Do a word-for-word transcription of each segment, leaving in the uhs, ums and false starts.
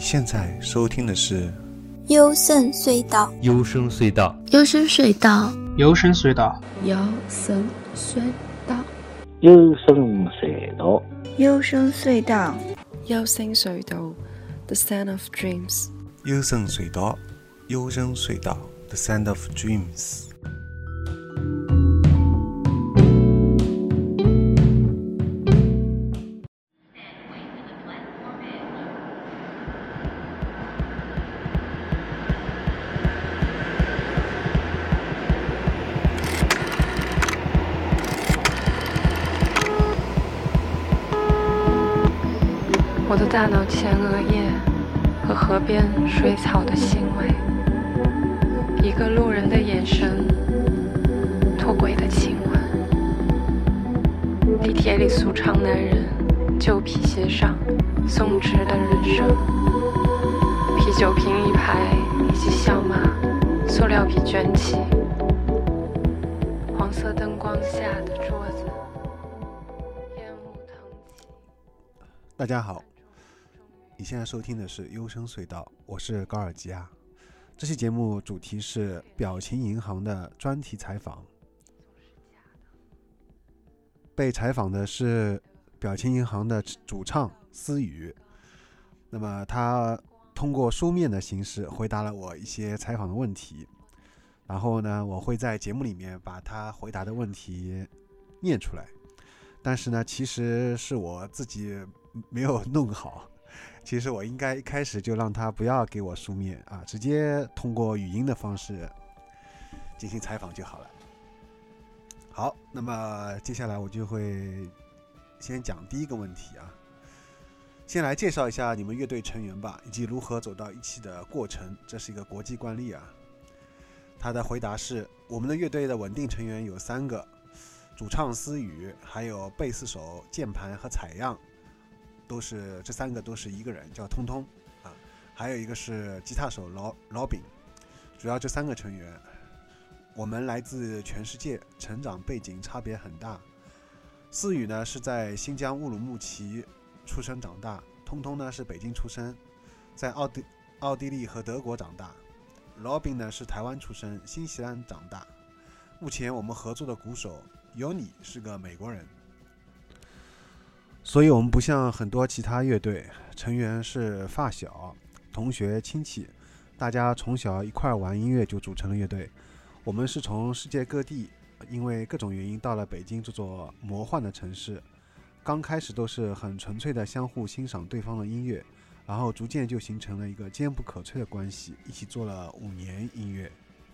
现在收听的是幽深隧道， 幽深隧道， 幽深隧道， 幽深隧道， 幽深隧道， 幽深隧道， 幽深隧道， 幽深隧道 The Sound of Dreams， 幽深隧道，幽深隧道 The Sound of Dreams。 我的大脑前额叶和河边水草的行为，一个路人的眼神，脱轨的亲吻，地铁里俗唱男人旧皮鞋上松弛的人生，啤酒瓶一排以及小马塑料皮卷起，黄色灯光下的桌子，烟雾腾起。 大家好，你现在收听的是幽深隧道，我是高尔基亚。这期节目主题是表情银行的专题采访。被采访的是表情银行的主唱思雨，那么他通过书面的形式回答了我一些采访的问题，然后呢，我会在节目里面把他回答的问题念出来。但是呢，其实是我自己没有弄好，其实我应该一开始就让他不要给我书面啊，直接通过语音的方式进行采访就好了。好，那么接下来我就会先讲第一个问题啊，先来介绍一下你们乐队成员吧，以及如何走到一起的过程，这是一个国际惯例啊。他的回答是：我们的乐队的稳定成员有三个，主唱思雨，还有贝斯手、键盘和采样，都是这三个都是一个人，叫通通啊。还有一个是吉他手劳劳宾，主要这三个成员。我们来自全世界，成长背景差别很大。思雨呢是在新疆乌鲁木齐出生长大，通通呢是北京出生，在奥地奥地利和德国长大。劳宾呢是台湾出生，新西兰长大。目前我们合作的鼓手尤尼是个美国人。所以我们不像很多其他乐队，成员是发小、同学、亲戚，大家从小一块玩音乐就组成了乐队。我们是从世界各地因为各种原因到了北京这座魔幻的城市，刚开始都是很纯粹的相互欣赏对方的音乐，然后逐渐就形成了一个坚不可摧的关系，一起做了五年音乐。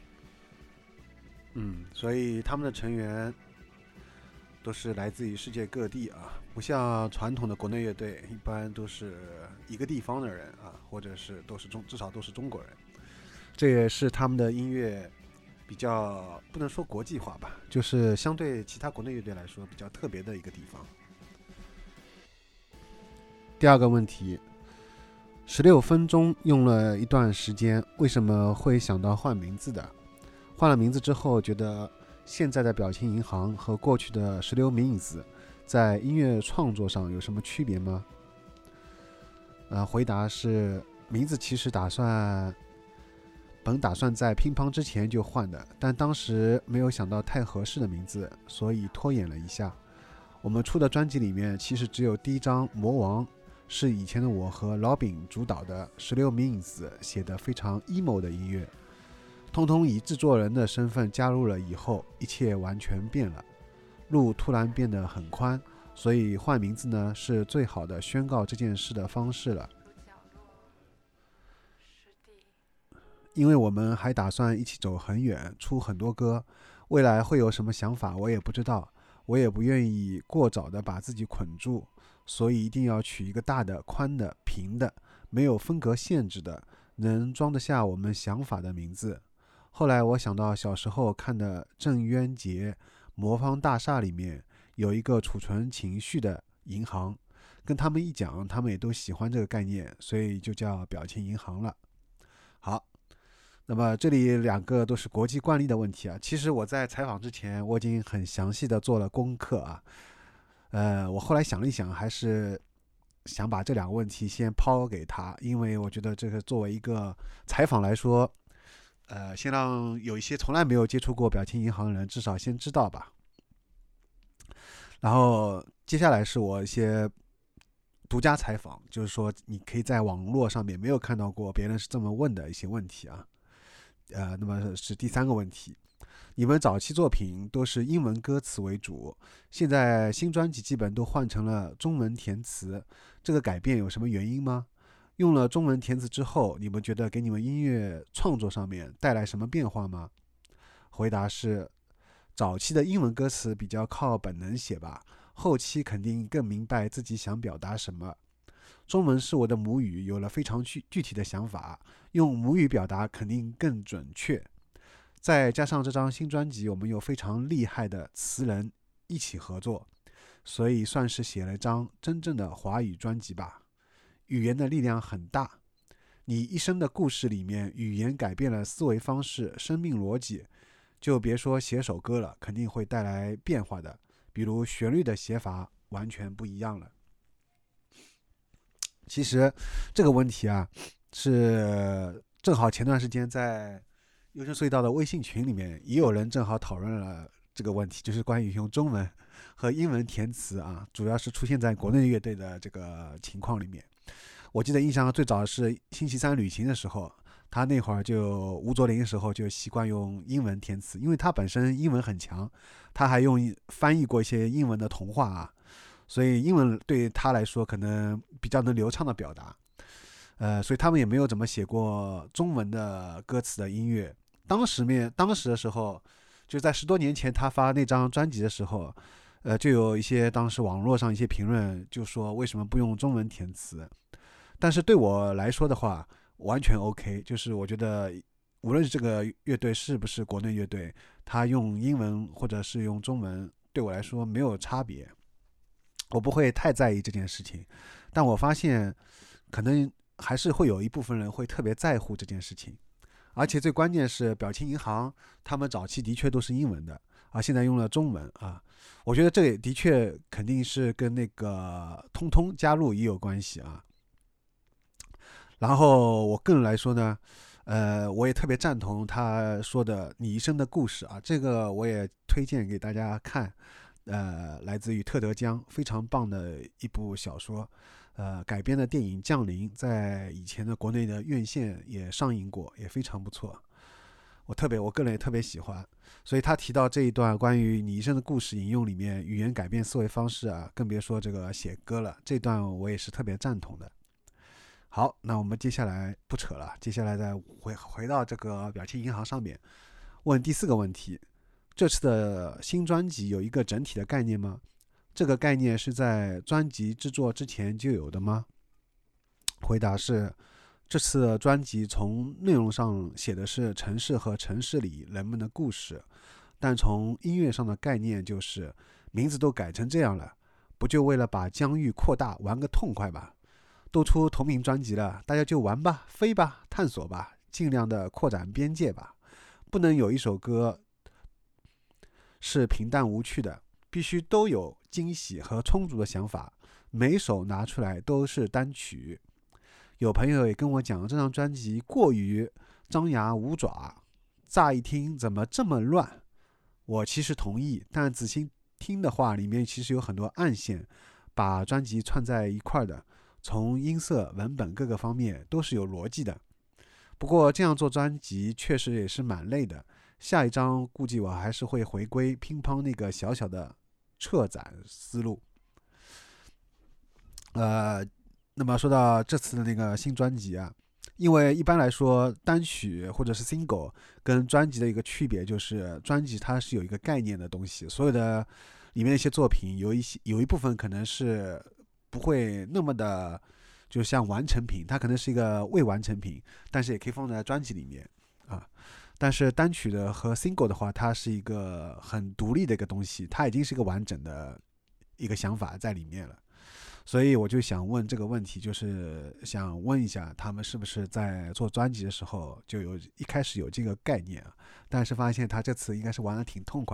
嗯，所以他们的成员都是来自于世界各地啊，不像传统的国内乐队，一般都是一个地方的人啊，或者是都是中，至少都是中国人。这也是他们的音乐比较不能说国际化吧，就是相对其他国内乐队来说比较特别的一个地方。第二个问题，十六分钟用了一段时间，为什么会想到换名字的？换了名字之后，觉得现在的表情银行和过去的十六 minutes 在音乐创作上有什么区别吗？呃，回答是，名字其实打算本打算在乒乓之前就换的，但当时没有想到太合适的名字，所以拖延了一下。我们出的专辑里面其实只有第一张魔王是以前的我和劳宾主导的十六 minutes 写的非常 emo 的音乐，通通以制作人的身份加入了以后，一切完全变了，路突然变得很宽，所以换名字呢是最好的宣告这件事的方式了。因为我们还打算一起走很远，出很多歌，未来会有什么想法我也不知道，我也不愿意过早的把自己捆住，所以一定要取一个大的、宽的、平的，没有风格限制的，能装得下我们想法的名字。后来我想到小时候看的郑渊洁《魔方大厦》里面有一个储存情绪的银行，跟他们一讲，他们也都喜欢这个概念，所以就叫表情银行了。好，那么这里两个都是国际惯例的问题啊。其实我在采访之前我已经很详细的做了功课啊，呃，我后来想了一想，还是想把这两个问题先抛给他，因为我觉得这个作为一个采访来说，呃，先让有一些从来没有接触过表情银行的人至少先知道吧。然后接下来是我一些独家采访，就是说你可以在网络上面没有看到过别人是这么问的一些问题啊。呃，那么是第三个问题，你们早期作品都是英文歌词为主，现在新专辑基本都换成了中文填词，这个改变有什么原因吗？用了中文填词之后，你们觉得给你们音乐创作上面带来什么变化吗？回答是，早期的英文歌词比较靠本能写吧，后期肯定更明白自己想表达什么。中文是我的母语，有了非常具具体的想法，用母语表达肯定更准确。再加上这张新专辑，我们有非常厉害的词人一起合作，所以算是写了张真正的华语专辑吧。语言的力量很大，你一生的故事里面，语言改变了思维方式、生命逻辑，就别说写首歌了，肯定会带来变化的。比如旋律的写法完全不一样了。其实这个问题啊，是正好前段时间在优声隧道的微信群里面也有人正好讨论了这个问题，就是关于用中文和英文填词啊，主要是出现在国内乐队的这个情况里面。我记得印象最早是星期三旅行的时候，他那会儿就吴卓林的时候就习惯用英文填词，因为他本身英文很强，他还用翻译过一些英文的童话啊，所以英文对他来说可能比较能流畅的表达。呃，所以他们也没有怎么写过中文的歌词的音乐。当时面当时的时候，就在十多年前他发那张专辑的时候，呃，就有一些当时网络上一些评论就说为什么不用中文填词。但是对我来说的话，完全 OK， 就是我觉得无论这个乐队是不是国内乐队，他用英文或者是用中文，对我来说没有差别，我不会太在意这件事情。但我发现可能还是会有一部分人会特别在乎这件事情，而且最关键是表情银行他们早期的确都是英文的，啊，现在用了中文啊，我觉得这的确肯定是跟那个通通加入也有关系啊。然后我个人来说呢，呃，我也特别赞同他说的你一生的故事啊，这个我也推荐给大家看，呃，来自于特德·江，非常棒的一部小说，呃，改编的电影《降临》在以前的国内的院线也上映过，也非常不错，我特别我个人也特别喜欢。所以他提到这一段关于你一生的故事引用里面语言改变思维方式啊，更别说这个写歌了，这段我也是特别赞同的。好，那我们接下来不扯了，接下来再回回到这个表情银行上面，问第四个问题：这次的新专辑有一个整体的概念吗？这个概念是在专辑制作之前就有的吗？回答是，这次的专辑从内容上写的是城市和城市里人们的故事，但从音乐上的概念就是名字都改成这样了，不就为了把疆域扩大，玩个痛快吧？都出同名专辑了，大家就玩吧，飞吧，探索吧，尽量的扩展边界吧。不能有一首歌是平淡无趣的，必须都有惊喜和充足的想法，每首拿出来都是单曲。有朋友也跟我讲，这张专辑过于张牙舞爪，乍一听怎么这么乱？我其实同意，但仔细听的话，里面其实有很多暗线，把专辑串在一块的。从音色、文本各个方面都是有逻辑的。不过这样做专辑确实也是蛮累的，下一张估计我还是会回归乒乓那个小小的策展思路。呃，那么说到这次的那个新专辑啊，因为一般来说单曲或者是 single 跟专辑的一个区别就是专辑它是有一个概念的东西，所有的里面一些作品有一些有一部分可能是不会那么的就像完成品，它可能是一个未完成品，但是也可以放在专辑里面啊。但是单曲的和 single 的话，它是一个很独立的一个东西，它已经是一个完整的一个想法在里面了。所以我就想问这个问题，就是想问一下他们是不是在做专辑的时候就有一开始有这个概念啊？但是发现他这次应该是玩得挺痛快的。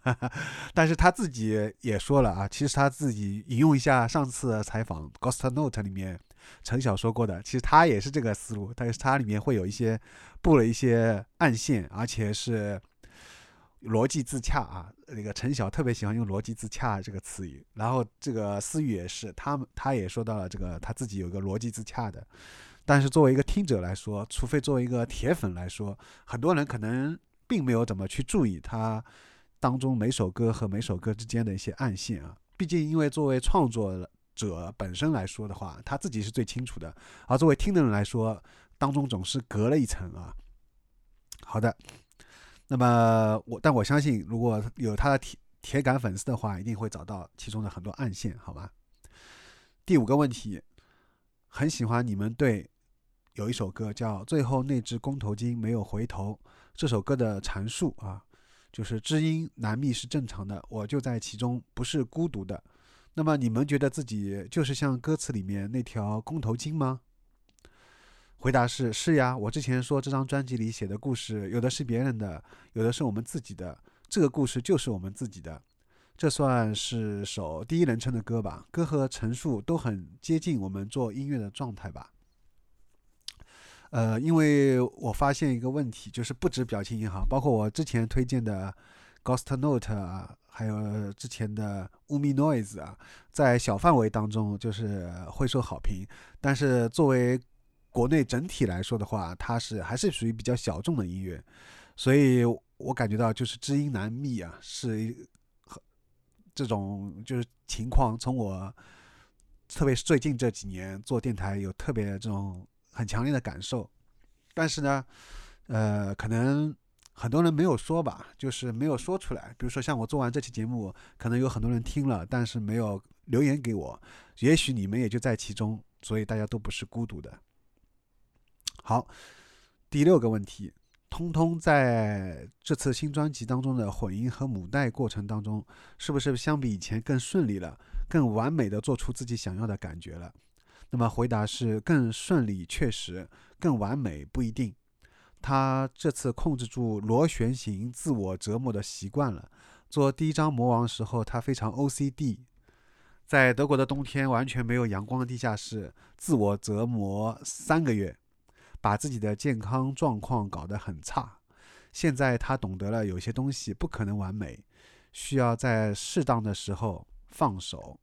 但是他自己也说了啊，其实他自己引用一下上次采访 Ghost Note 里面陈晓说过的，其实他也是这个思路，但是他里面会有一些布了一些暗线，而且是逻辑自洽啊。那个陈晓特别喜欢用逻辑自洽这个词语，然后这个思雨也是，他他也说到了这个他自己有一个逻辑自洽的。但是作为一个听者来说，除非作为一个铁粉来说，很多人可能并没有怎么去注意他当中每首歌和每首歌之间的一些暗线啊。毕竟因为作为创作者本身来说的话，他自己是最清楚的，而作为听的人来说，当中总是隔了一层啊。好的，那么我但我相信如果有他的铁铁杆粉丝的话，一定会找到其中的很多暗线，好吧。第五个问题，很喜欢你们对有一首歌叫最后那只公头鲸没有回头，这首歌的阐述啊，就是知音难觅是正常的，我就在其中，不是孤独的。那么你们觉得自己就是像歌词里面那条公头鲸吗？回答是是呀，我之前说这张专辑里写的故事，有的是别人的，有的是我们自己的，这个故事就是我们自己的。这算是首第一人称的歌吧，歌和陈述都很接近我们做音乐的状态吧。呃，因为我发现一个问题，就是不止表情银行，包括我之前推荐的 Ghost Note 啊，还有之前的 Umi Noise 啊，在小范围当中就是会受好评，但是作为国内整体来说的话，它是还是属于比较小众的音乐，所以我感觉到就是知音难觅啊，是这种就是情况，从我特别是最近这几年做电台有特别这种很强烈的感受。但是呢呃，可能很多人没有说吧，就是没有说出来。比如说像我做完这期节目，可能有很多人听了，但是没有留言给我，也许你们也就在其中，所以大家都不是孤独的。好，第六个问题，通通在这次新专辑当中的混音和母带过程当中，是不是相比以前更顺利了，更完美的做出自己想要的感觉了？那么回答是更顺利确实，更完美不一定。他这次控制住螺旋形自我折磨的习惯了。做第一张魔王时候，他非常 O C D， 在德国的冬天完全没有阳光的地下室，自我折磨三个月，把自己的健康状况搞得很差。现在他懂得了有些东西不可能完美，需要在适当的时候放手。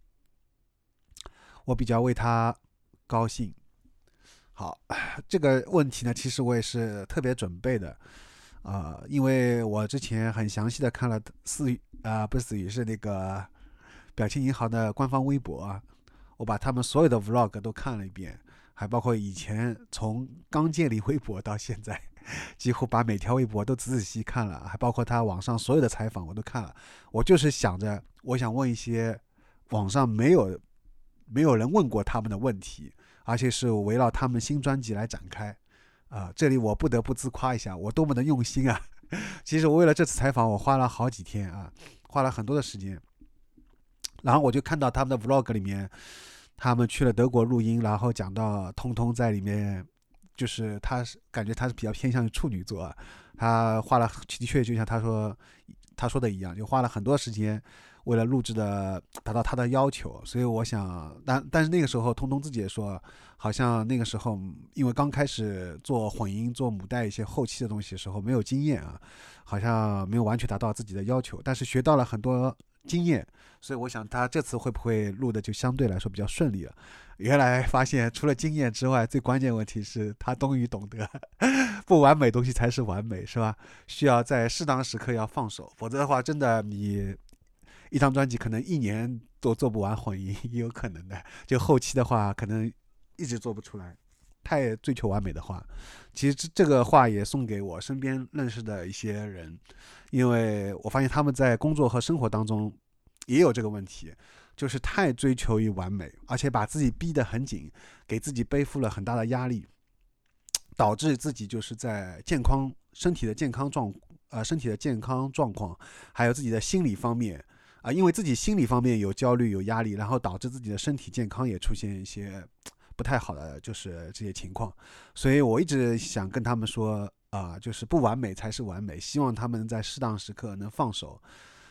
我比较为他高兴。好，这个问题呢，其实我也是特别准备的，呃，因为我之前很详细的看了思雨啊、呃，不是思雨，是那个表情银行的官方微博啊，我把他们所有的 vlog 都看了一遍，还包括以前从刚建立微博到现在，几乎把每条微博都仔仔细细看了，还包括他网上所有的采访我都看了。我就是想着，我想问一些网上没有没有人问过他们的问题，而且是围绕他们新专辑来展开啊、呃！这里我不得不自夸一下，我多么的用心啊！其实我为了这次采访，我花了好几天啊，花了很多的时间。然后我就看到他们的 vlog 里面，他们去了德国录音，然后讲到通通在里面，就是他是感觉他是比较偏向于处女座啊，他花了的确就像他说他说的一样，就花了很多时间。为了录制的达到他的要求，所以我想，但但是那个时候，通通自己也说，好像那个时候因为刚开始做混音、做母带一些后期的东西的时候没有经验啊，好像没有完全达到自己的要求，但是学到了很多经验，所以我想他这次会不会录的就相对来说比较顺利了。原来发现除了经验之外，最关键问题是他终于懂得不完美东西才是完美，是吧？需要在适当时刻要放手，否则的话真的你一张专辑可能一年都做不完混音，也有可能的。就后期的话，可能一直做不出来。太追求完美的话，其实这个话也送给我身边认识的一些人，因为我发现他们在工作和生活当中也有这个问题，就是太追求于完美，而且把自己逼得很紧，给自己背负了很大的压力，导致自己就是在健康身体的健康状呃身体的健康状况，还有自己的心理方面。啊，因为自己心理方面有焦虑、有压力，然后导致自己的身体健康也出现一些不太好的就是这些情况，所以我一直想跟他们说啊、呃，就是不完美才是完美，希望他们在适当时刻能放手。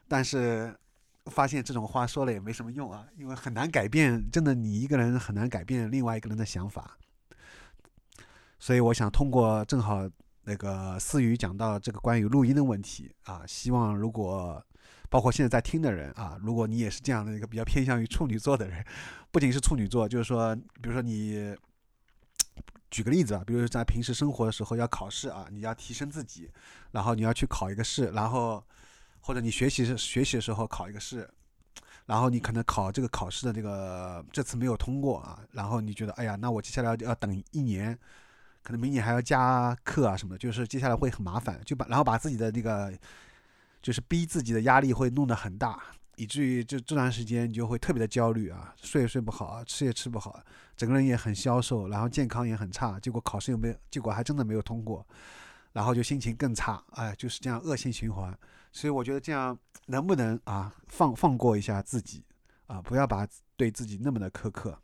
但是发现这种话说了也没什么用啊，因为很难改变，真的你一个人很难改变另外一个人的想法。所以我想通过正好那个思雨讲到这个关于录音的问题啊，希望如果包括现在在听的人啊，如果你也是这样的一个比较偏向于处女座的人，不仅是处女座，就是说比如说你举个例子啊，比如说在平时生活的时候要考试啊，你要提升自己，然后你要去考一个试，然后或者你学习学习的时候考一个试，然后你可能考这个考试的这个这次没有通过啊，然后你觉得哎呀，那我接下来要等一年，可能明年还要加课啊什么的，就是接下来会很麻烦，就把然后把自己的那个就是逼自己的压力会弄得很大，以至于这这段时间你就会特别的焦虑啊，睡也睡不好，吃也吃不好，整个人也很消瘦，然后健康也很差，结果考试又没有，结果还真的没有通过，然后就心情更差，哎，就是这样恶性循环。所以我觉得这样能不能啊放放过一下自己啊，不要把对自己那么的苛刻。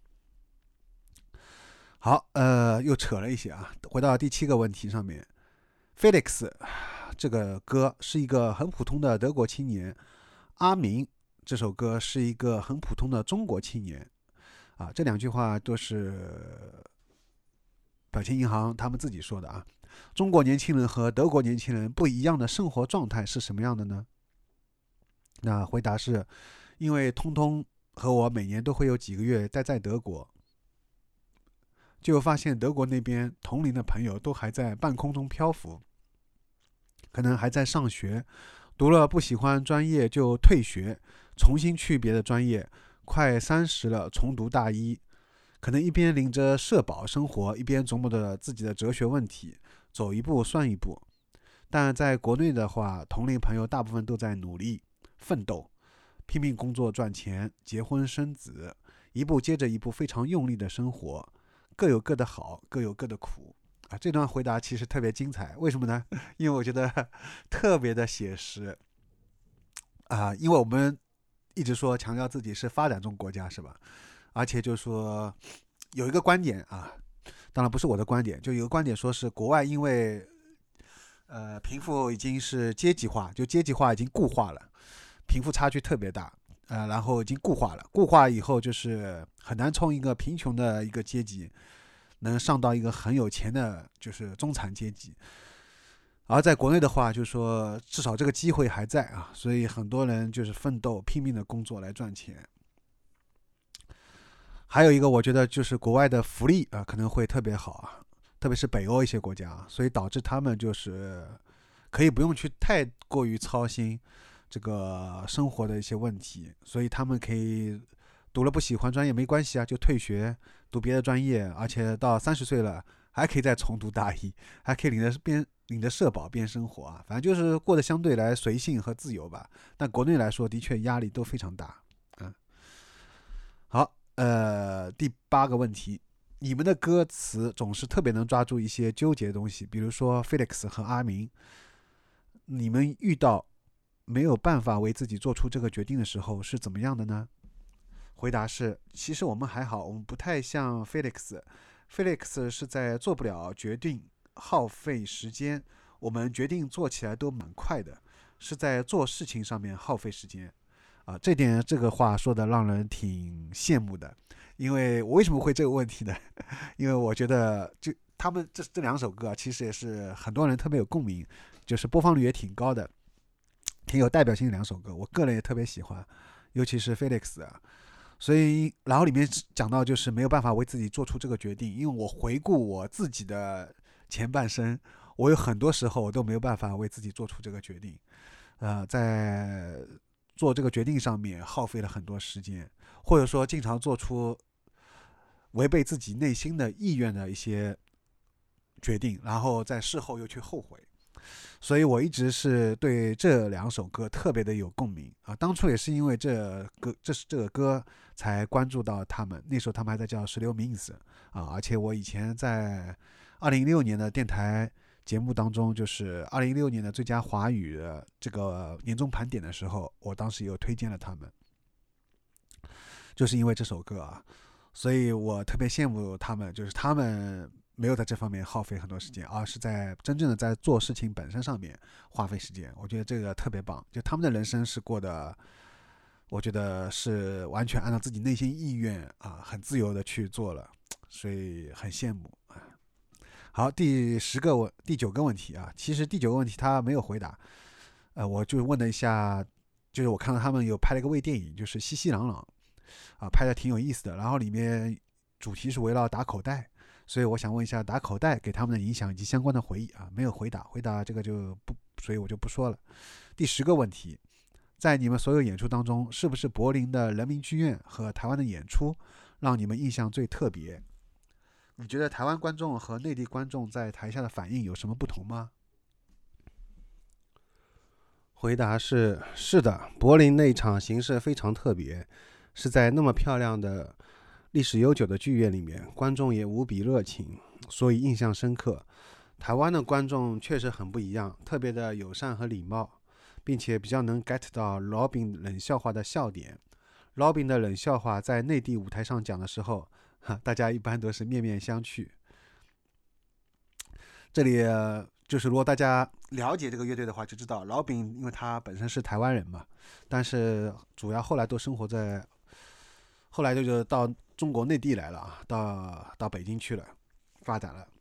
好，呃，又扯了一些啊，回到第七个问题上面。Felix 这个歌是一个很普通的德国青年，阿明这首歌是一个很普通的中国青年啊，这两句话都是表情银行他们自己说的啊。中国年轻人和德国年轻人不一样的生活状态是什么样的呢？那回答是，因为通通和我每年都会有几个月待在德国，就发现德国那边同龄的朋友都还在半空中漂浮，可能还在上学，读了不喜欢专业就退学，重新去别的专业，快三十了重读大一，可能一边领着社保生活，一边琢磨着自己的哲学问题，走一步算一步。但在国内的话，同龄朋友大部分都在努力奋斗，拼命工作赚钱，结婚生子，一步接着一步非常用力的生活，各有各的好，各有各的苦啊。这段回答其实特别精彩，为什么呢？因为我觉得特别的写实啊，因为我们一直说强调自己是发展中国家是吧？而且就说有一个观点啊，当然不是我的观点，就有个观点说是国外因为呃贫富已经是阶级化，就阶级化已经固化了，贫富差距特别大，呃，然后已经固化了，固化以后就是很难从一个贫穷的一个阶级能上到一个很有钱的，就是中产阶级。而在国内的话，就是说至少这个机会还在啊，所以很多人就是奋斗拼命的工作来赚钱。还有一个我觉得就是国外的福利啊可能会特别好啊，特别是北欧一些国家，所以导致他们就是可以不用去太过于操心这个生活的一些问题，所以他们可以读了不喜欢专业没关系啊，就退学读别的专业，而且到三十岁了还可以再重读大一，还可以领着边领着社保边生活啊，反正就是过得相对来随性和自由吧。但国内来说的确压力都非常大。嗯，好，呃，第八个问题，你们的歌词总是特别能抓住一些纠结的东西，比如说 Felix 和阿明，你们遇到没有办法为自己做出这个决定的时候是怎么样的呢？回答是，其实我们还好，我们不太像 Felix。 Felix 是在做不了决定耗费时间，我们决定做起来都蛮快的，是在做事情上面耗费时间啊，这点这个话说的让人挺羡慕的。因为我为什么会这个问题呢？因为我觉得就他们这这两首歌、啊、其实也是很多人特别有共鸣，就是播放率也挺高的，挺有代表性的两首歌，我个人也特别喜欢，尤其是 Felix 啊。所以然后里面讲到就是没有办法为自己做出这个决定，因为我回顾我自己的前半生，我有很多时候我都没有办法为自己做出这个决定，呃，在做这个决定上面耗费了很多时间，或者说经常做出违背自己内心的意愿的一些决定，然后在事后又去后悔。所以我一直是对这两首歌特别的有共鸣啊！当初也是因为这歌，这是这个歌才关注到他们。那时候他们还在叫十六 Means 啊，而且我以前在二零一六年的电台节目当中，就是二零一六年的最佳华语的这个年终盘点的时候，我当时也有推荐了他们，就是因为这首歌啊，所以我特别羡慕他们，就是他们没有在这方面耗费很多时间，而是在真正的在做事情本身上面花费时间。我觉得这个特别棒，就他们的人生是过得，我觉得是完全按照自己内心意愿啊，很自由的去做了，所以很羡慕啊。好，第十个问第九个问题啊，其实第九个问题他没有回答，呃，我就问了一下，就是我看到他们有拍了一个微电影，就是熙熙攘攘啊，拍的挺有意思的，然后里面主题是围绕打口袋，所以我想问一下打口袋给他们的影响以及相关的回忆啊，没有回答，回答这个就不，所以我就不说了。第十个问题，在你们所有演出当中，是不是柏林的人民剧院和台湾的演出让你们印象最特别？你觉得台湾观众和内地观众在台下的反应有什么不同吗？ 回答是是的，柏林那场形式非常特别，是在那么漂亮的历史悠久的剧院里面，观众也无比热情，所以印象深刻。台湾的观众确实很不一样，特别的友善和礼貌，并且比较能 get 到 Robin 冷笑话的笑点。Robin 的冷笑话在内地舞台上讲的时候，大家一般都是面面相觑。这里就是如果大家了解这个乐队的话，就知道 Robin 因为他本身是台湾人嘛，但是主要后来都生活在，后来就就到中国内地来了啊，到到北京去了，发展了。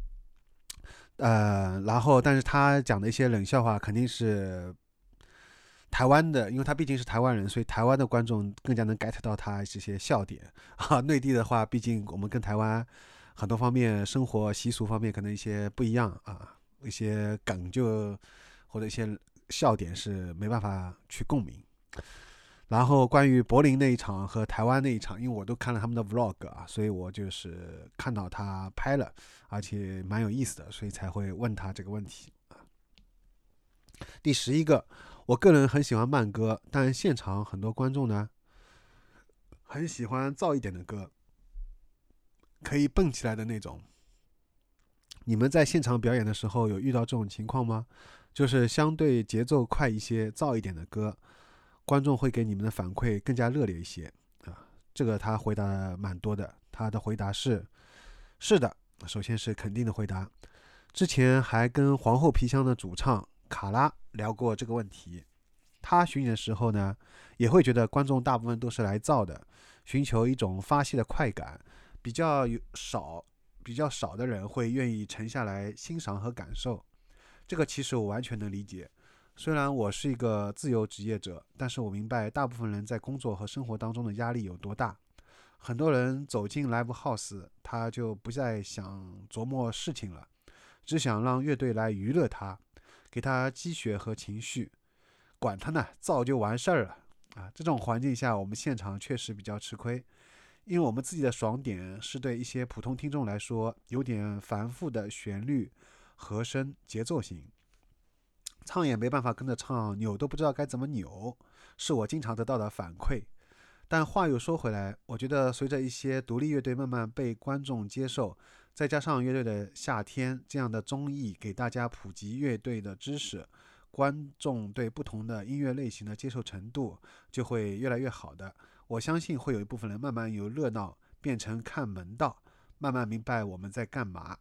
呃，然后但是他讲的一些冷笑话肯定是台湾的，因为他毕竟是台湾人，所以台湾的观众更加能 get 到他这些笑点啊。内地的话，毕竟我们跟台湾很多方面生活习俗方面可能一些不一样啊，一些梗就或者一些笑点是没办法去共鸣。然后关于柏林那一场和台湾那一场，因为我都看了他们的 vlog 啊，所以我就是看到他拍了，而且蛮有意思的，所以才会问他这个问题。第十一个，我个人很喜欢慢歌，但现场很多观众呢很喜欢燥一点的歌，可以蹦起来的那种。你们在现场表演的时候有遇到这种情况吗？就是相对节奏快一些、燥一点的歌，观众会给你们的反馈更加热烈一些啊。这个他回答蛮多的，他的回答是是的，首先是肯定的回答。之前还跟皇后皮箱的主唱卡拉聊过这个问题，他巡演的时候呢，也会觉得观众大部分都是来燥的，寻求一种发泄的快感，比较少比较少的人会愿意沉下来欣赏和感受。这个其实我完全能理解，虽然我是一个自由职业者，但是我明白大部分人在工作和生活当中的压力有多大。很多人走进 live house， 他就不再想琢磨事情了，只想让乐队来娱乐他，给他鸡血和情绪，管他呢，造就完事儿了啊！这种环境下，我们现场确实比较吃亏，因为我们自己的爽点是对一些普通听众来说有点繁复的旋律、和声、节奏型，唱也没办法跟着唱，扭都不知道该怎么扭，是我经常得到的反馈。但话又说回来，我觉得随着一些独立乐队慢慢被观众接受，再加上乐队的夏天这样的综艺给大家普及乐队的知识，观众对不同的音乐类型的接受程度就会越来越好的。我相信会有一部分人慢慢由热闹变成看门道，慢慢明白我们在干嘛。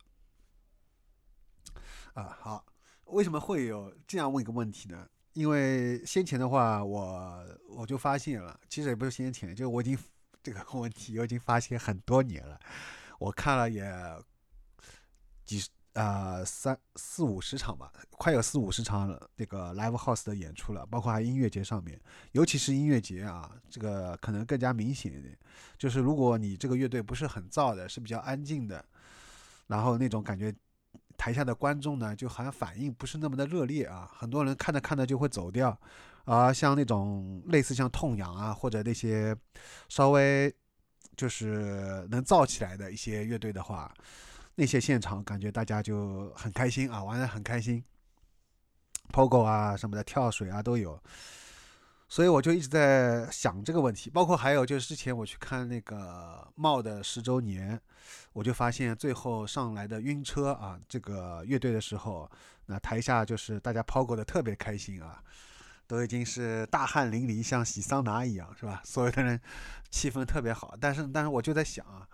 啊，好，为什么会有这样问一个问题呢？因为先前的话，我我就发现了，其实也不是先前，就我已经这个问题我已经发现很多年了，我看了也几呃三四五十场吧，快有四五十场这个 live house 的演出了，包括还音乐节上面，尤其是音乐节啊，这个可能更加明显一点，就是如果你这个乐队不是很燥的，是比较安静的，然后那种感觉。台下的观众呢，就好像反应不是那么的热烈啊，很多人看着看着就会走掉啊、呃。像那种类似像痛痒啊，或者那些稍微就是能燥起来的一些乐队的话，那些现场感觉大家就很开心啊，玩得很开心 ，Pogo 啊什么的，跳水啊都有。所以我就一直在想这个问题，包括还有就是之前我去看那个茂的十周年，我就发现最后上来的晕车啊，这个乐队的时候，那台下就是大家抛过的特别开心啊，都已经是大汗淋漓，像洗桑拿一样，是吧？所有的人气氛特别好，但是但是我就在想啊，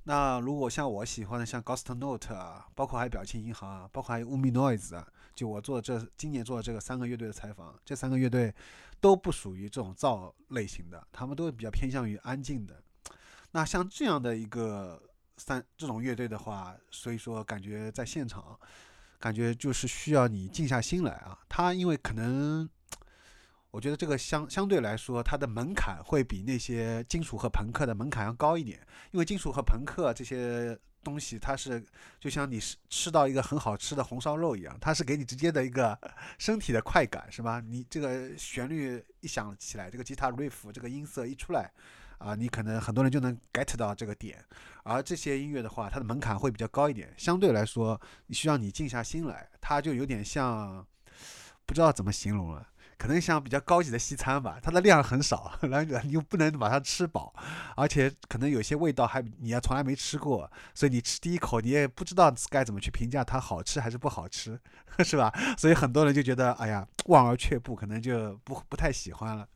那如果像我喜欢的，像 Ghost Note 啊，包括还有表情银行啊，包括还有 Umi Noise 啊，就我做这今年做的这个三个乐队的采访，这三个乐队都不属于这种躁类型的，他们都比较偏向于安静的。那像这样的一个三这种乐队的话，所以说感觉在现场，感觉就是需要你静下心来啊。他因为可能。我觉得这个相相对来说，它的门槛会比那些金属和朋克的门槛要高一点，因为金属和朋克这些东西，它是就像你吃到一个很好吃的红烧肉一样，它是给你直接的一个身体的快感，是吧？你这个旋律一响起来，这个吉他 riff 这个音色一出来，啊，你可能很多人就能 get 到这个点。而这些音乐的话，它的门槛会比较高一点，相对来说，需要你静下心来，它就有点像，不知道怎么形容了。可能像比较高级的西餐吧，它的量很少，然后你又不能把它吃饱，而且可能有些味道还你也从来没吃过，所以你吃第一口你也不知道该怎么去评价它好吃还是不好吃，是吧？所以很多人就觉得哎呀望而却步，可能就不不太喜欢了。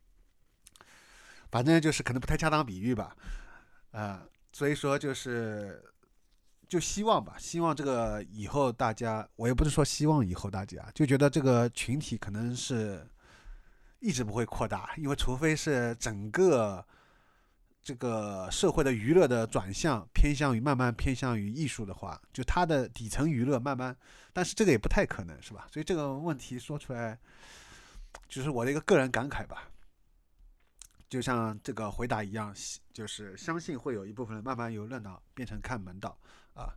反正就是可能不太恰当比喻吧，呃，所以说就是。就希望吧，希望这个以后大家，我也不是说希望以后大家，就觉得这个群体可能是一直不会扩大，因为除非是整个这个社会的娱乐的转向偏向于慢慢偏向于艺术的话，就它的底层娱乐慢慢，但是这个也不太可能，是吧？所以这个问题说出来，就是我的一个个人感慨吧。就像这个回答一样，就是相信会有一部分人慢慢由热闹变成看门道啊。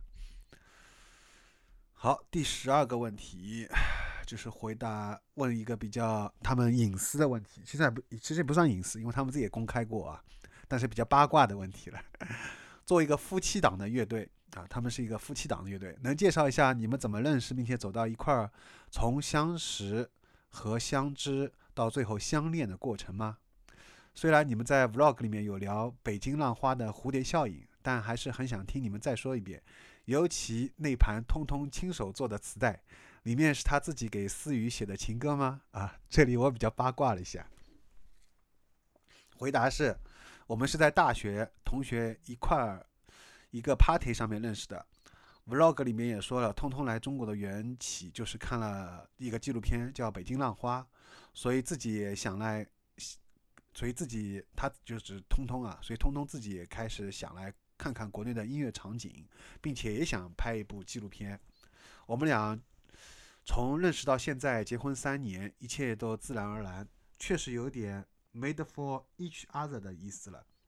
好，第十二个问题就是回答问一个比较他们隐私的问题，其实不其实也不算隐私，因为他们自己也公开过啊，但是比较八卦的问题了。作为一个夫妻档的乐队啊，他们是一个夫妻档的乐队，能介绍一下你们怎么认识并且走到一块儿，从相识和相知到最后相恋的过程吗？虽然你们在 vlog 里面有聊北京浪花的蝴蝶效应，但还是很想听你们再说一遍，尤其那盘通通亲手做的磁带，里面是他自己给思雨写的情歌吗？啊，这里我比较八卦了一下。回答是，我们是在大学同学一块儿一个 party 上面认识的。vlog 里面也说了，通通来中国的缘起就是看了一个纪录片叫《北京浪花》，所以自己也想来。所以自己他就是通通啊，所以通通自己也开始想来看看国内的音乐场景，并且也想拍一部纪录片。我们俩从认识到现在结婚三年，一切都自然而然，确实有点 made for each other 的意思了。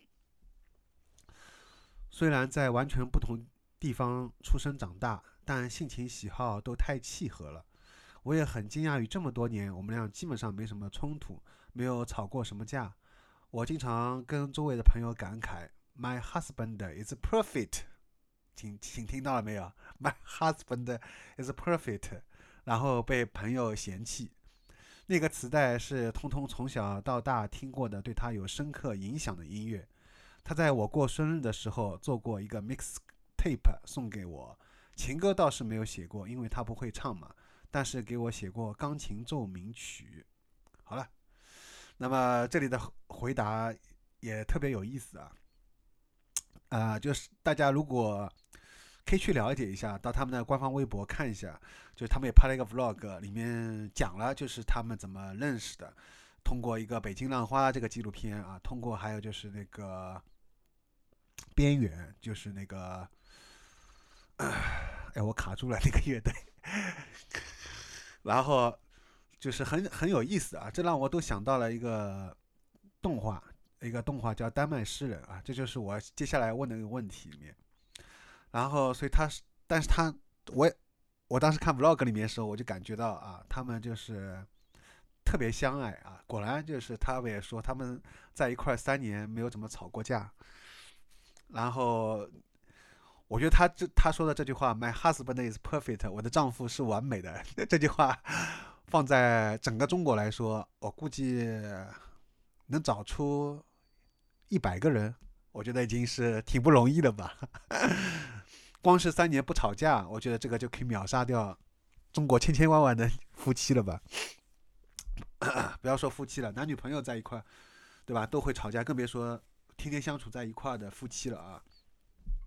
虽然在完全不同地方出生长大，但性情喜好都太契合了。我也很惊讶于这么多年我们俩基本上没什么冲突，没有吵过什么架。我经常跟周围的朋友感慨 My husband is perfect， 请请听到了没有？ My husband is perfect， 然后被朋友嫌弃。那个磁带是通通从小到大听过的对他有深刻影响的音乐。他在我过生日的时候做过一个 mix tape 送给我，情歌倒是没有写过，因为他不会唱嘛，但是给我写过钢琴奏鸣曲。好了，那么这里的回答也特别有意思啊，啊、呃，就是大家如果可以去了解一下，到他们的官方微博看一下，就是他们也拍了一个 vlog， 里面讲了就是他们怎么认识的，通过一个北京浪花这个纪录片啊，通过还有就是那个边缘，就是那个，哎，我卡住了那个乐队。然后就是很很有意思啊，这让我都想到了一个动画，一个动画叫《丹麦诗人》啊，这就是我接下来问的一个问题里面。然后，所以他是，但是他我我当时看 vlog 里面的时候，我就感觉到啊，他们就是特别相爱啊。果然就是他们也说他们在一块三年没有怎么吵过架。然后我觉得他这他说的这句话 My husband is perfect， 我的丈夫是完美的，这句话放在整个中国来说，我估计能找出一百个人，我觉得已经是挺不容易的吧。光是三年不吵架，我觉得这个就可以秒杀掉中国千千万万的夫妻了吧。不要说夫妻了，男女朋友在一块，对吧，都会吵架，更别说天天相处在一块的夫妻了啊。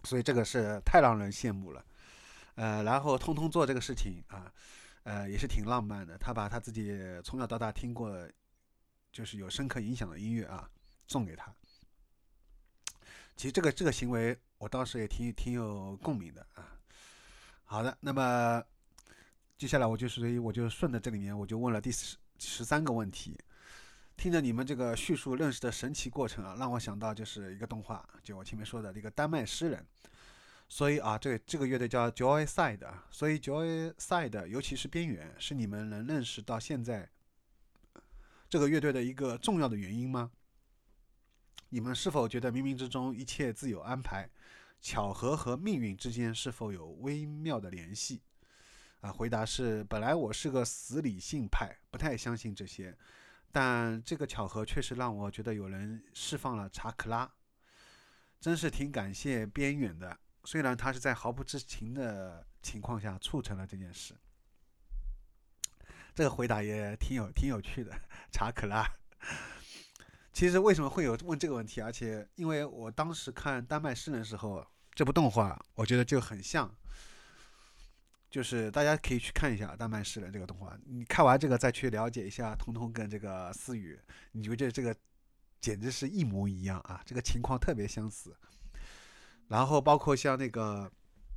所以这个是太让人羡慕了。呃，然后通通做这个事情啊，呃，也是挺浪漫的。他把他自己从小到大听过，就是有深刻影响的音乐啊，送给他。其实这个这个行为，我当时也挺挺有共鸣的啊。好的，那么接下来我就是我就顺着这里面，我就问了第十十三个问题。听着你们这个叙述认识的神奇过程啊，让我想到就是一个动画，就我前面说的这个丹麦诗人。所以啊，这个这个乐队叫 Joyside， 所以 Joyside 尤其是边缘，是你们能认识到现在这个乐队的一个重要的原因吗？你们是否觉得冥冥之中一切自有安排，巧合和命运之间是否有微妙的联系？啊，回答是：本来我是个死理性派，不太相信这些，但这个巧合确实让我觉得有人释放了查克拉，真是挺感谢边缘的。虽然他是在毫不知情的情况下促成了这件事。这个回答也挺有挺有趣的，查克拉。其实为什么会有问这个问题？而且因为我当时看丹麦诗人的时候，这部动画我觉得就很像，就是大家可以去看一下丹麦诗人这个动画，你看完这个再去了解一下彤彤跟这个思雨，你觉得这个简直是一模一样啊，这个情况特别相似。然后包括像那个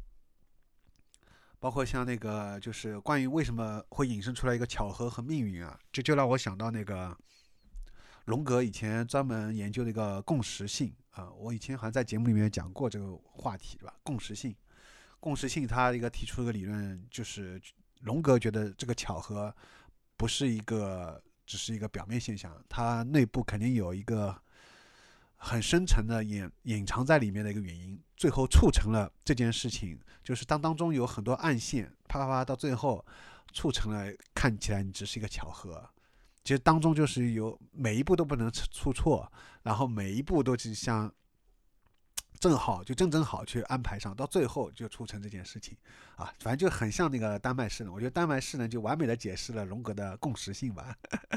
包括像那个就是关于为什么会引申出来一个巧合和命运啊，这就让我想到那个荣格以前专门研究的一个共识性啊，我以前好像在节目里面讲过这个话题吧，共识性。共识性他一个提出一个理论，就是荣格觉得这个巧合不是一个只是一个表面现象，它内部肯定有一个很深层的隐隐藏在里面的一个原因，最后促成了这件事情，就是当当中有很多暗线，啪啪啪到最后促成了看起来你只是一个巧合，其实当中就是有每一步都不能出错，然后每一步都是像正好就正正好去安排上，到最后就促成这件事情啊，反正就很像那个丹麦诗人，我觉得丹麦诗人就完美的解释了荣格的共识性吧。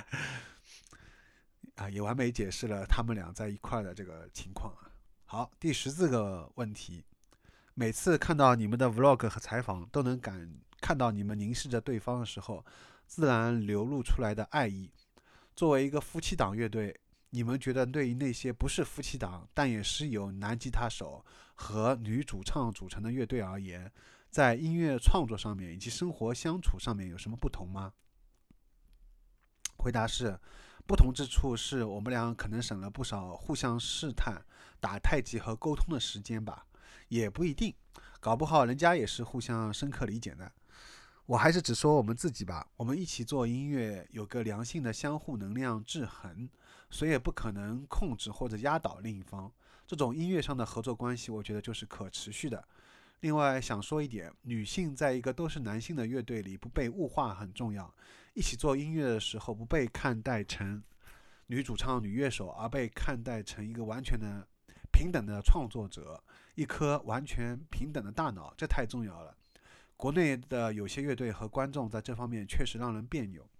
啊，也完美解释了他们俩在一块的这个情况啊。好，第十四个问题，每次看到你们的 vlog 和采访，都能感看到你们凝视着对方的时候，自然流露出来的爱意。作为一个夫妻档乐队，你们觉得对于那些不是夫妻档，但也是由男吉他手和女主唱组成的乐队而言，在音乐创作上面以及生活相处上面有什么不同吗？回答是，不同之处是我们俩可能省了不少互相试探、打太极和沟通的时间吧，也不一定，搞不好人家也是互相深刻理解的。我还是只说我们自己吧，我们一起做音乐，有个良性的相互能量制衡，谁也不可能控制或者压倒另一方。这种音乐上的合作关系，我觉得就是可持续的。另外想说一点，女性在一个都是男性的乐队里不被物化很重要。一起做音乐的时候，不被看待成女主唱、女乐手，而被看待成一个完全的平等的创作者，一颗完全平等的大脑，这太重要了。国内的有些乐队和观众在这方面确实让人别扭。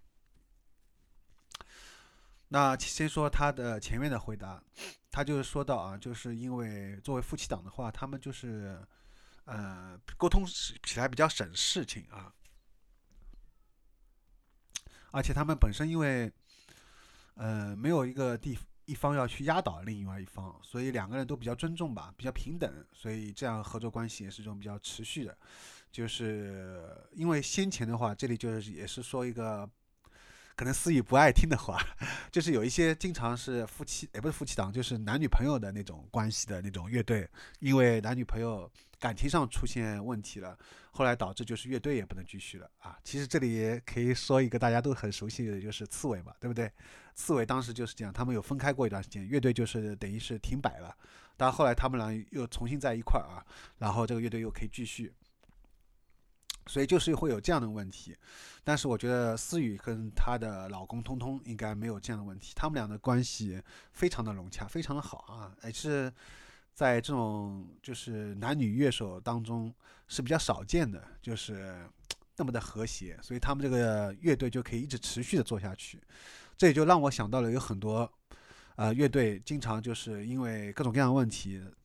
那先说他的前面的回答，他就是说到啊，就是因为作为夫妻档的话，他们就是呃沟通起来比较省事情啊，而且他们本身因为呃没有一个地一方要去压倒另外一方，所以两个人都比较尊重吧，比较平等，所以这样合作关系也是这种比较持续的。就是因为先前的话，这里就是也是说一个可能思雨不爱听的话，就是有一些经常是夫妻也不是夫妻档，就是男女朋友的那种关系的那种乐队，因为男女朋友感情上出现问题了，后来导致就是乐队也不能继续了啊。其实这里也可以说一个大家都很熟悉的，就是刺猬嘛，对不对？刺猬当时就是这样，他们有分开过一段时间，乐队就是等于是停摆了，但后来他们俩又重新在一块啊，然后这个乐队又可以继续。所以就是会有这样的问题，但是我觉得思雨跟她的老公通通应该没有这样的问题，他们俩的关系非常的融洽，非常的好啊，也是在这种就是男女乐手当中是比较少见的，就是那么的和谐，所以他们这个乐队就可以一直持续的做下去。这也就让我想到了有很多呃乐队经常就是因为各种各样的问题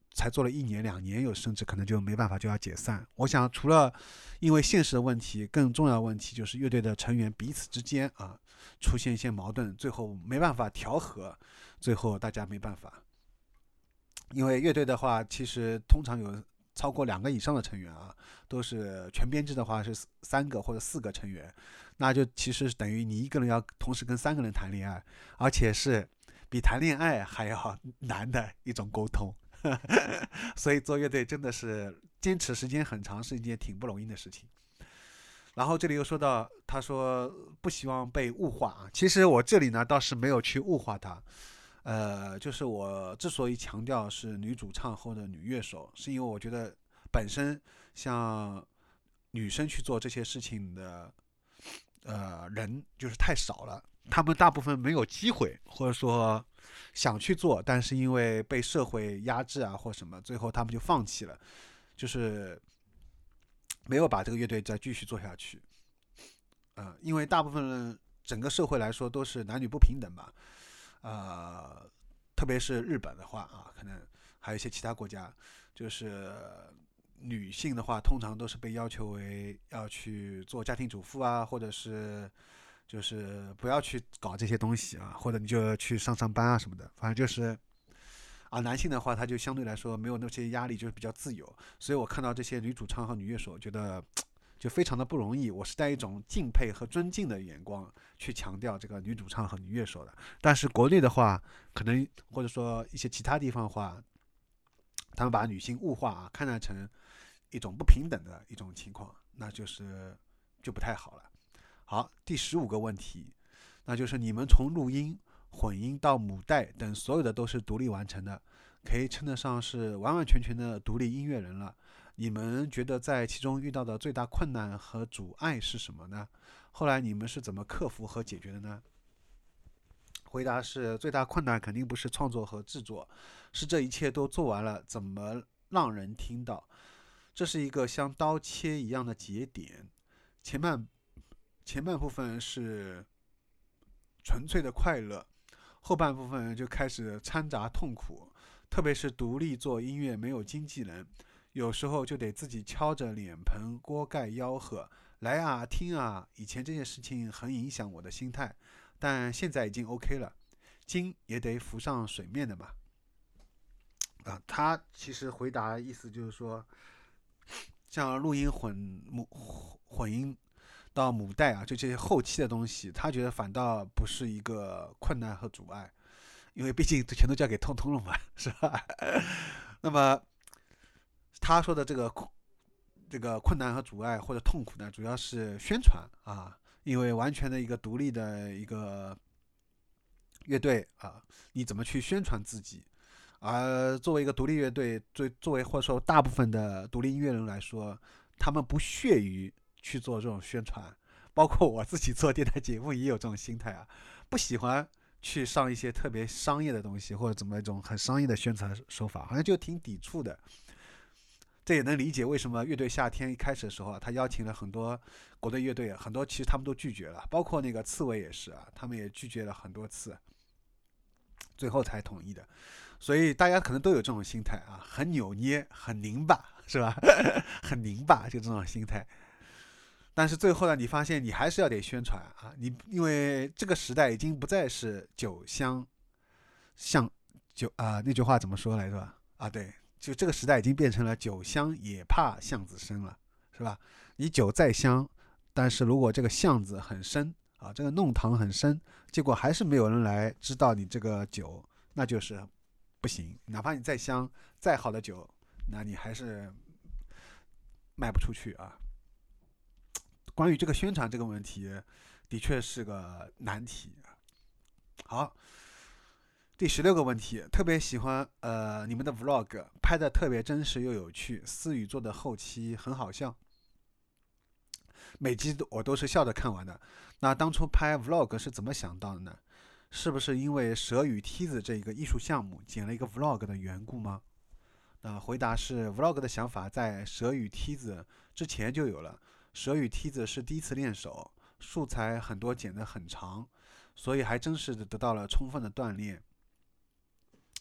才做了一年两年，有甚至可能就没办法就要解散。我想除了因为现实的问题，更重要的问题就是乐队的成员彼此之间啊出现一些矛盾，最后没办法调和，最后大家没办法。因为乐队的话其实通常有超过两个以上的成员啊，都是全编制的话是三个或者四个成员，那就其实等于你一个人要同时跟三个人谈恋爱，而且是比谈恋爱还要难的一种沟通。所以做乐队真的是坚持时间很长，是一件挺不容易的事情。然后这里又说到，他说不希望被物化啊。其实我这里呢倒是没有去物化他，呃，就是我之所以强调是女主唱或者女乐手，是因为我觉得本身像女生去做这些事情的呃人就是太少了，他们大部分没有机会，或者说想去做，但是因为被社会压制啊或什么，最后他们就放弃了，就是没有把这个乐队再继续做下去。呃，因为大部分人整个社会来说都是男女不平等吧，呃，特别是日本的话啊，可能还有一些其他国家，就是女性的话通常都是被要求为要去做家庭主妇啊，或者是就是不要去搞这些东西啊，或者你就去上上班啊什么的，反正就是啊，男性的话他就相对来说没有那些压力，就是比较自由。所以我看到这些女主唱和女乐手，我觉得就非常的不容易，我是带一种敬佩和尊敬的眼光去强调这个女主唱和女乐手的。但是国内的话，可能或者说一些其他地方的话，他们把女性物化啊，看待成一种不平等的一种情况，那就是就不太好了。好，第十五个问题，那就是你们从录音、混音到母带等所有的都是独立完成的，可以称得上是完完全全的独立音乐人了。你们觉得在其中遇到的最大困难和阻碍是什么呢？后来你们是怎么克服和解决的呢？回答是，最大困难肯定不是创作和制作，是这一切都做完了，怎么让人听到？这是一个像刀切一样的节点，前半前半部分是纯粹的快乐，后半部分就开始掺杂痛苦，特别是独立做音乐没有经纪人，有时候就得自己敲着脸盆锅盖吆喝，来啊听啊。以前这件事情很影响我的心态，但现在已经 OK 了，金也得浮上水面的嘛。啊，他其实回答意思就是说，像录音混混音到母带啊，就这些后期的东西，他觉得反倒不是一个困难和阻碍，因为毕竟全都交给通通了嘛，是吧？那么他说的这个这个困难和阻碍或者痛苦呢，主要是宣传啊，因为完全的一个独立的一个乐队啊，你怎么去宣传自己？而作为一个独立乐队，作作为或者说大部分的独立音乐人来说，他们不屑于去做这种宣传，包括我自己做电台节目也有这种心态啊，不喜欢去上一些特别商业的东西，或者怎么一种很商业的宣传手法，好像就挺抵触的。这也能理解为什么乐队夏天一开始的时候啊，他邀请了很多国内乐队，很多其实他们都拒绝了，包括那个刺猬也是啊，他们也拒绝了很多次，最后才同意的。所以大家可能都有这种心态啊，很扭捏，很拧巴，是吧？很拧巴，就这种心态。但是最后呢，你发现你还是要得宣传啊，你因为这个时代已经不再是酒香巷酒啊，那句话怎么说来着？啊，对，就这个时代已经变成了酒香也怕巷子深了，是吧？你酒再香，但是如果这个巷子很深啊，这个弄堂很深，结果还是没有人来知道你这个酒，那就是不行。哪怕你再香再好的酒，那你还是卖不出去啊。关于这个宣传这个问题，的确是个难题。好，第十六个问题，特别喜欢呃你们的 vlog 拍的特别真实又有趣，思雨做的后期很好笑，每集我都是笑着看完的。那当初拍 vlog 是怎么想到的呢？是不是因为蛇与梯子这个艺术项目剪了一个 vlog 的缘故吗？那回答是 vlog 的想法在蛇与梯子之前就有了。蛇与梯子是第一次练手，素材很多剪得很长，所以还真是得到了充分的锻炼。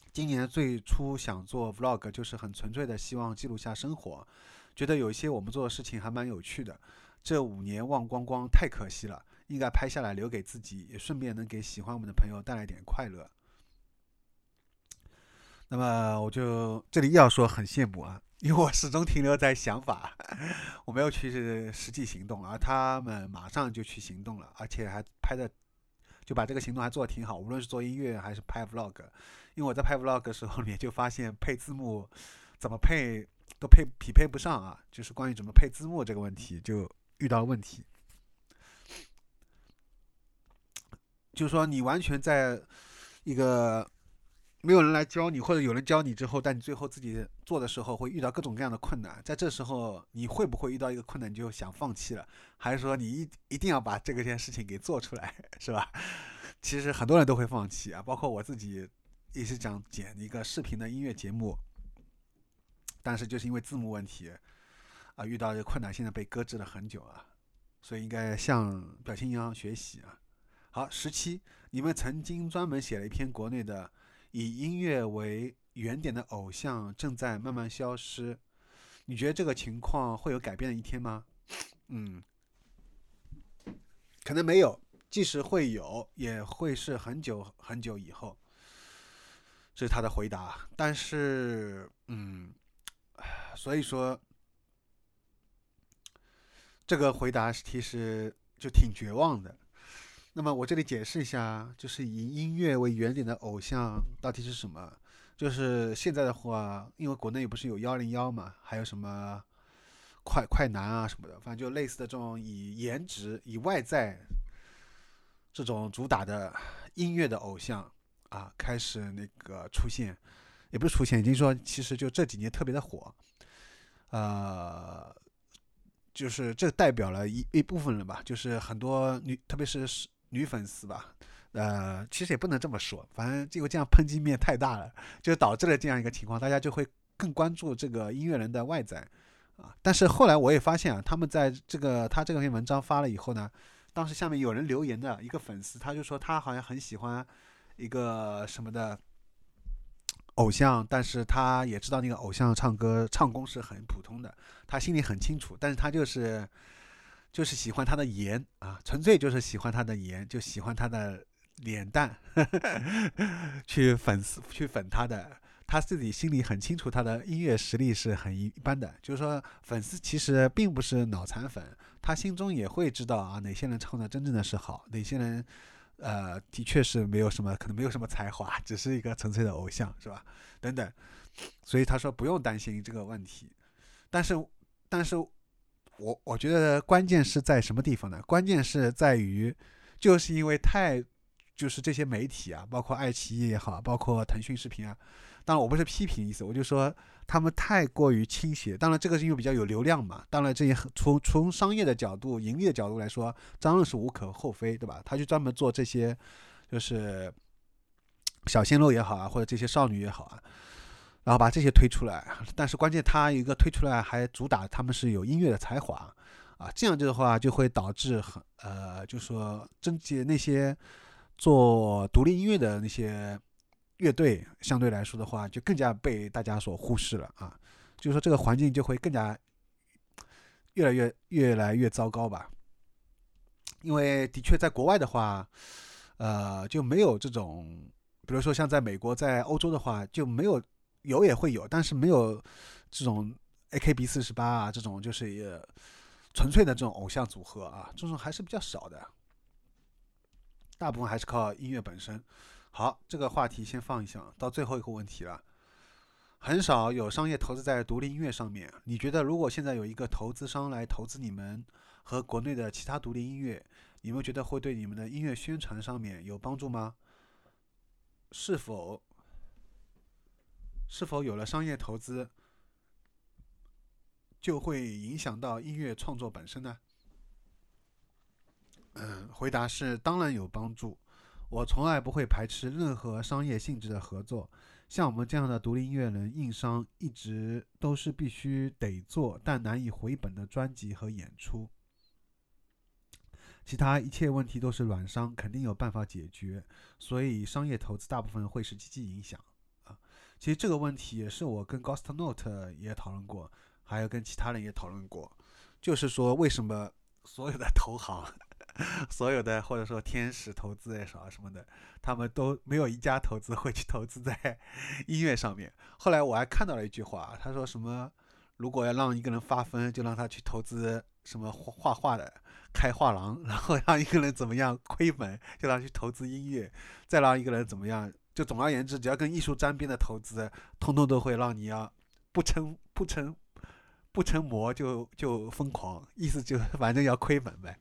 今年最初想做 vlog， 就是很纯粹的希望记录下生活，觉得有一些我们做的事情还蛮有趣的。这五年忘光光太可惜了，应该拍下来留给自己，也顺便能给喜欢我们的朋友带来点快乐。那么我就这里要说很羡慕啊，因为我始终停留在想法，我没有去实际行动，而他们马上就去行动了，而且还拍的就把这个行动还做得挺好，无论是做音乐还是拍 vlog。 因为我在拍 vlog 的时候也就发现配字幕怎么配都配匹配不上啊，就是关于怎么配字幕这个问题就遇到了问题。就是说你完全在一个没有人来教你，或者有人教你之后，但你最后自己做的时候会遇到各种各样的困难，在这时候你会不会遇到一个困难你就想放弃了，还是说你一一定要把这个件事情给做出来，是吧？其实很多人都会放弃啊，包括我自己也是想剪一个视频的音乐节目，但是就是因为字幕问题啊，遇到这个困难，现在被搁置了很久啊，所以应该向表情银行学习啊。好，十七，你们曾经专门写了一篇国内的以音乐为原点的偶像正在慢慢消失，你觉得这个情况会有改变的一天吗？嗯，可能没有，即使会有，也会是很久很久以后。这是他的回答。但是，嗯，所以说，这个回答其实就挺绝望的。那么我这里解释一下，就是以音乐为原点的偶像到底是什么？就是现在的话，因为国内不是有幺零幺嘛，还有什么快快男啊什么的，反正就类似的这种以颜值、以外在这种主打的音乐的偶像啊，开始那个出现，也不是出现，已经说其实就这几年特别的火，呃，就是这代表了一一部分人吧，就是很多女，特别是女粉丝吧，呃，其实也不能这么说，反正因为这样抨击面太大了，就导致了这样一个情况，大家就会更关注这个音乐人的外在啊。但是后来我也发现啊，他们在这个他这篇文章发了以后呢，当时下面有人留言的一个粉丝，他就说他好像很喜欢一个什么的偶像，但是他也知道那个偶像唱歌唱功是很普通的，他心里很清楚，但是他就是就是喜欢他的颜啊，纯粹就是喜欢他的颜，就喜欢他的脸蛋呵呵去粉丝去粉他的，他自己心里很清楚他的音乐实力是很一般的，就是说粉丝其实并不是脑残粉，他心中也会知道啊哪些人唱的真正的是好，哪些人呃的确是没有什么，可能没有什么才华，只是一个纯粹的偶像，是吧？等等，所以他说不用担心这个问题，但是但是我我觉得关键是在什么地方呢？关键是在于，就是因为太就是这些媒体啊，包括爱奇艺也好，包括腾讯视频啊，当然我不是批评意思，我就说他们太过于倾斜。当然这个是因为比较有流量嘛，当然这些从从商业的角度、盈利的角度来说，当然是无可厚非，对吧？他就专门做这些，就是小鲜肉也好啊，或者这些少女也好啊。然后把这些推出来，但是关键他一个推出来还主打他们是有音乐的才华啊，这样的话就会导致很呃，就说征集那些做独立音乐的那些乐队，相对来说的话就更加被大家所忽视了啊，就是说这个环境就会更加越来越越来越糟糕吧。因为的确在国外的话，呃，就没有这种，比如说像在美国、在欧洲的话就没有。有也会有，但是没有这种 A K B 四十八 啊，这种就是也纯粹的这种偶像组合啊，这种还是比较少的，大部分还是靠音乐本身。好，这个话题先放一下，到最后一个问题了。很少有商业投资在独立音乐上面，你觉得如果现在有一个投资商来投资你们和国内的其他独立音乐，你们觉得会对你们的音乐宣传上面有帮助吗？是否是否有了商业投资，就会影响到音乐创作本身呢？嗯，回答是当然有帮助。我从来不会排斥任何商业性质的合作，像我们这样的独立音乐人，硬伤一直都是必须得做但难以回本的专辑和演出。其他一切问题都是软伤，肯定有办法解决，所以商业投资大部分会是积极影响啊。 其实这个问题也是我跟 Ghost Note 也讨论过，还有跟其他人也讨论过，就是说为什么所有的投行所有的或者说天使投资也少什么的，他们都没有一家投资会去投资在音乐上面。后来我还看到了一句话，他说什么如果要让一个人发疯，就让他去投资什么画画的开画廊，然后让一个人怎么样亏本，就让他去投资音乐，再让一个人怎么样，就总而言之，只要跟艺术沾边的投资，通通都会让你要不成不成不成魔就就疯狂，意思就反正要亏本呗。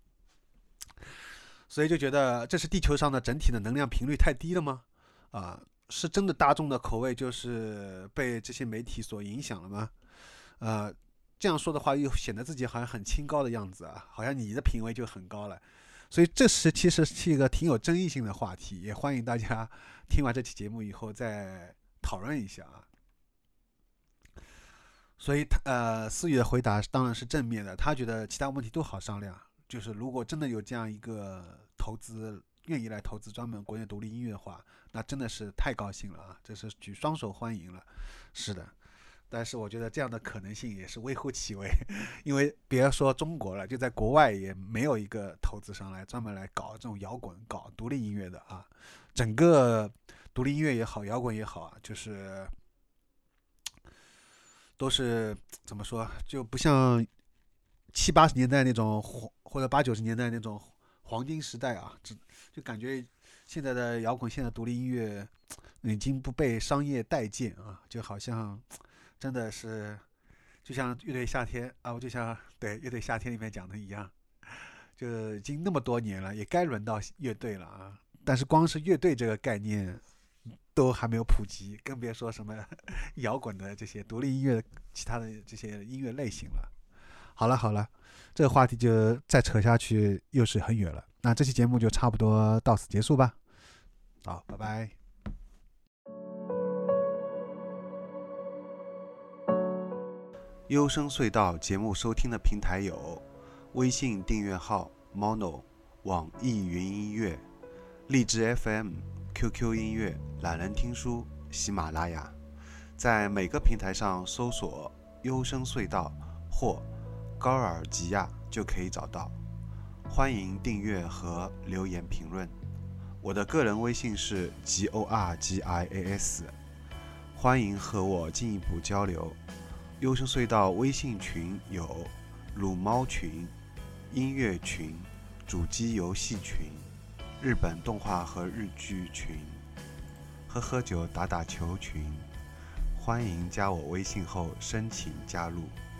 所以就觉得这是地球上的整体的能量频率太低了吗？啊，是真的大众的口味就是被这些媒体所影响了吗？呃，这样说的话又显得自己好像很清高的样子啊，好像你的品味就很高了。所以这是其实是一个挺有争议性的话题，也欢迎大家听完这期节目以后再讨论一下啊。所以呃，思雨的回答当然是正面的，他觉得其他问题都好商量。就是如果真的有这样一个投资愿意来投资专门国内独立音乐的话，那真的是太高兴了啊！这是举双手欢迎了。是的，但是我觉得这样的可能性也是微乎其微，因为别说中国了，就在国外也没有一个投资商来专门来搞这种摇滚、搞独立音乐的啊。整个独立音乐也好，摇滚也好啊，就是都是怎么说，就不像七八十年代那种或者八九十年代那种黄金时代啊，就感觉现在的摇滚、现在的独立音乐已经不被商业待见啊，就好像真的是就像乐队夏天啊，我就像对乐队夏天里面讲的一样，就已经那么多年了，也该轮到乐队了啊。但是光是乐队这个概念都还没有普及，更别说什么摇滚的这些独立音乐的其他的这些音乐类型了。好了好了，这个话题就再扯下去又是很远了，那这期节目就差不多到此结束吧。好，拜拜。 幽声隧道节目收听的平台有微信订阅号 Mono、 网易云音乐、荔枝 F M、Q Q 音乐、懒人听书、喜马拉雅。在每个平台上搜索幽声隧道或高尔吉亚就可以找到，欢迎订阅和留言评论。我的个人微信是 G O R G I A S， 欢迎和我进一步交流。幽声隧道微信群有撸猫群、音乐群、主机游戏群、日本动画和日剧群、喝喝酒打打球群，欢迎加我微信后申请加入。